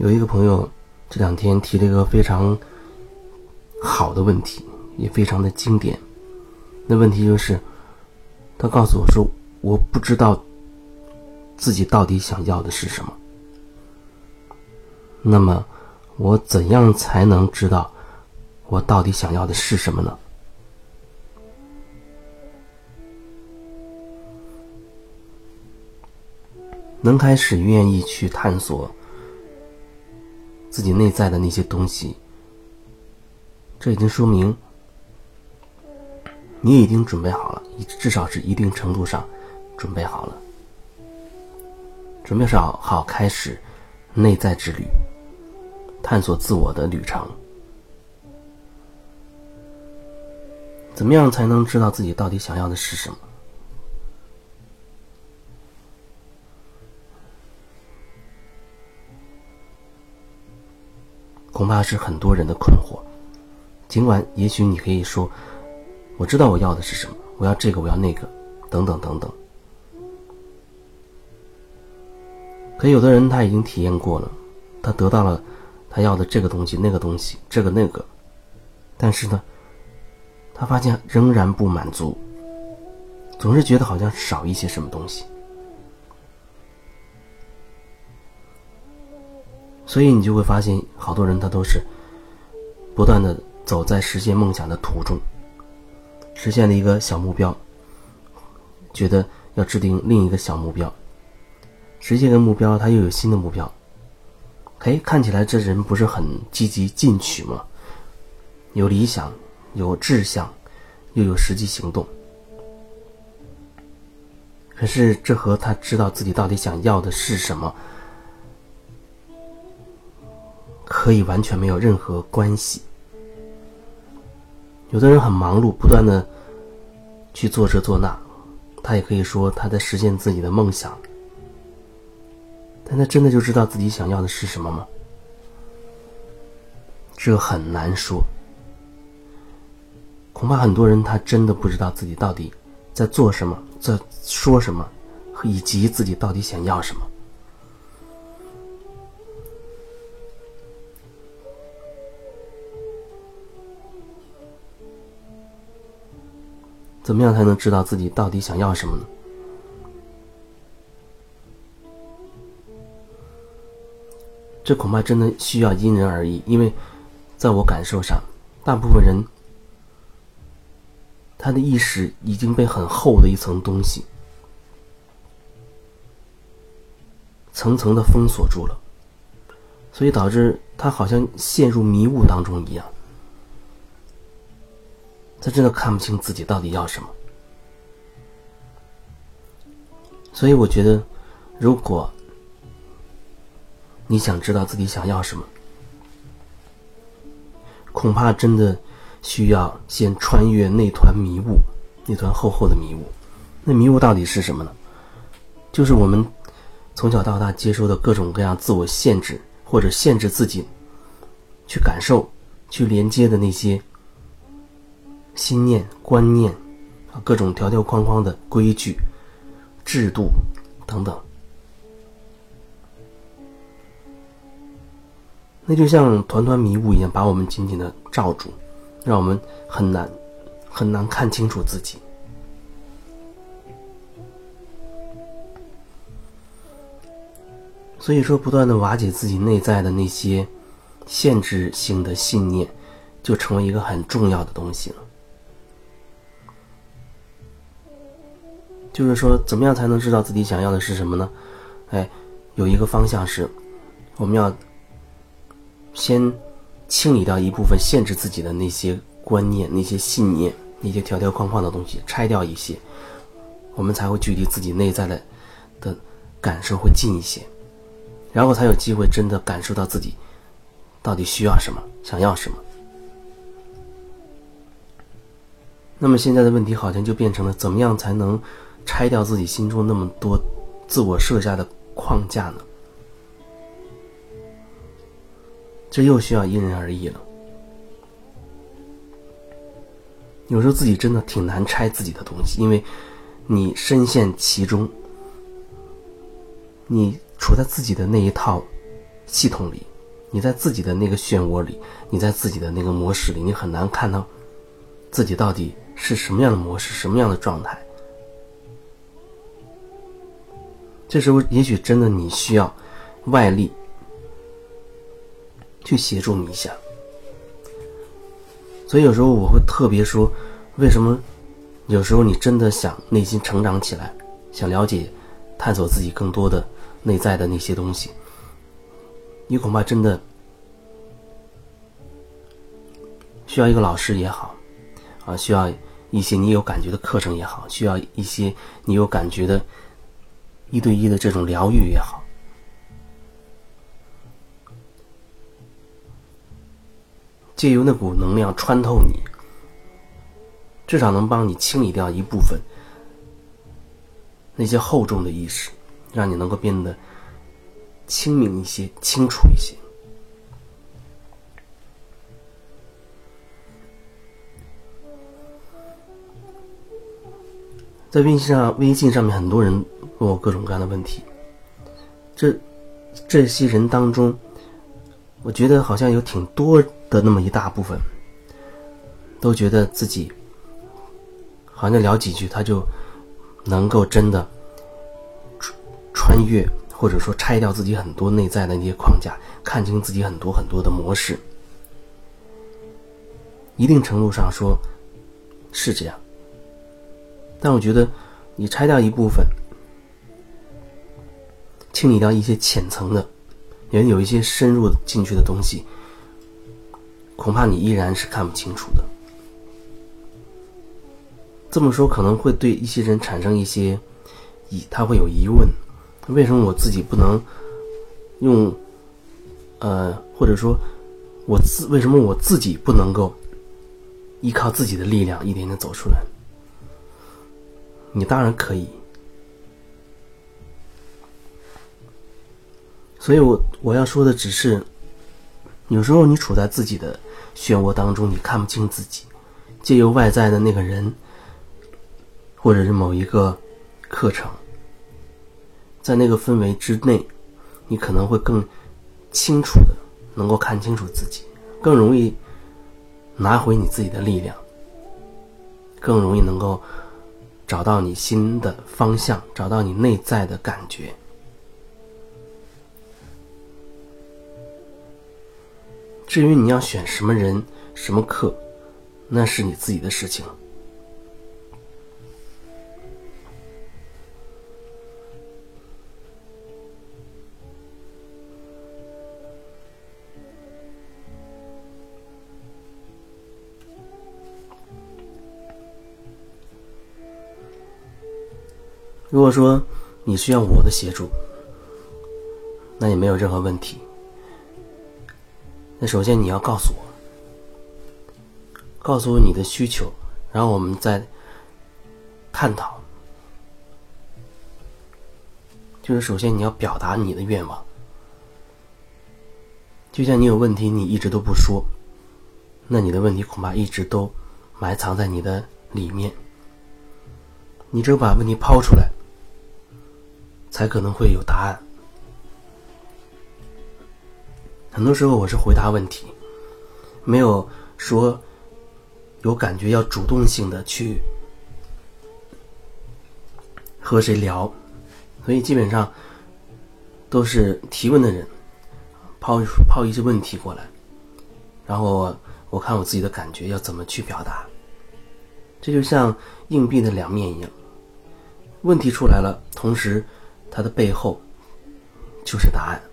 有一个朋友这两天提了一个非常好的问题，也非常的经典。那问题就是他告诉我说，我不知道自己到底想要的是什么。那么我怎样才能知道我到底想要的是什么呢？能开始愿意去探索自己内在的那些东西，这已经说明你已经准备好了，至少是一定程度上准备好了，准备好开始内在之旅，探索自我的旅程。怎么样才能知道自己到底想要的是什么？恐怕是很多人的困惑。尽管也许你可以说，我知道我要的是什么，我要这个，我要那个，等等等等。可有的人他已经体验过了，他得到了他要的这个东西那个东西，这个那个，但是呢他发现仍然不满足，总是觉得好像少一些什么东西。所以你就会发现好多人他都是不断的走在实现梦想的途中，实现了一个小目标，觉得要制定另一个小目标，实现一个目标他又有新的目标。看起来这人不是很积极进取吗？有理想，有志向，又有实际行动。可是这和他知道自己到底想要的是什么可以完全没有任何关系。有的人很忙碌，不断的去做这做那，他也可以说他在实现自己的梦想，但他真的就知道自己想要的是什么吗？这很难说。恐怕很多人他真的不知道自己到底在做什么，在说什么，以及自己到底想要什么。怎么样才能知道自己到底想要什么呢？这恐怕真的需要因人而异，因为在我感受上，大部分人他的意识已经被很厚的一层东西层层的封锁住了，所以导致他好像陷入迷雾当中一样，他真的看不清自己到底要什么。所以我觉得，如果你想知道自己想要什么，恐怕真的需要先穿越那团迷雾，那团厚厚的迷雾。那迷雾到底是什么呢？就是我们从小到大接受的各种各样自我限制，或者限制自己去感受、去连接的那些心念、观念，各种条条框框的规矩、制度等等。那就像团团迷雾一样，把我们紧紧的罩住，让我们很难看清楚自己。所以说，不断的瓦解自己内在的那些限制性的信念，就成为一个很重要的东西了。就是说，怎么样才能知道自己想要的是什么呢？有一个方向是，我们要先清理掉一部分限制自己的那些观念、那些信念、那些条条框框的东西，拆掉一些，我们才会距离自己内在的感受会近一些，然后才有机会真的感受到自己到底需要什么，想要什么。那么现在的问题好像就变成了，怎么样才能拆掉自己心中那么多自我设下的框架呢？这又需要因人而异了。有时候自己真的挺难拆自己的东西，因为你深陷其中，你处在自己的那一套系统里， 你在自己的那个漩涡里，你在自己的那个模式里，你很难看到自己到底是什么样的模式，什么样的状态。这时候也许真的你需要外力去协助你一下。所以有时候我会特别说，为什么有时候你真的想内心成长起来，想了解探索自己更多的内在的那些东西，你恐怕真的需要一个老师也好需要一些你有感觉的课程也好，需要一些你有感觉的一对一的这种疗愈也好。借由那股能量穿透你，至少能帮你清理掉一部分那些厚重的意识，让你能够变得清明一些，清楚一些。在微信上面很多人问我各种各样的问题，这些人当中，我觉得好像有挺多的那么一大部分都觉得自己好像聊几句他就能够真的穿越，或者说拆掉自己很多内在的那些框架，看清自己很多很多的模式。一定程度上说是这样，但我觉得你拆掉一部分，清理掉一些浅层的，也有一些深入进去的东西，恐怕你依然是看不清楚的。这么说可能会对一些人产生一些他会有疑问，为什么我自己不能用或者说为什么我自己不能够依靠自己的力量一点点走出来？你当然可以。所以我要说的只是，有时候你处在自己的漩涡当中，你看不清自己，借由外在的那个人或者是某一个课程，在那个氛围之内，你可能会更清楚的能够看清楚自己，更容易拿回你自己的力量，更容易能够找到你新的方向，找到你内在的感觉。至于你要选什么人什么课，那是你自己的事情。如果说你需要我的协助，那也没有任何问题。那首先你要告诉我你的需求，然后我们再探讨。就是首先你要表达你的愿望，就像你有问题你一直都不说，那你的问题恐怕一直都埋藏在你的里面。你只有把问题抛出来，才可能会有答案。很多时候我是回答问题，没有说有感觉要主动性的去和谁聊，所以基本上都是提问的人抛一些问题过来，然后我看我自己的感觉要怎么去表达。这就像硬币的两面一样，问题出来了，同时它的背后就是答案。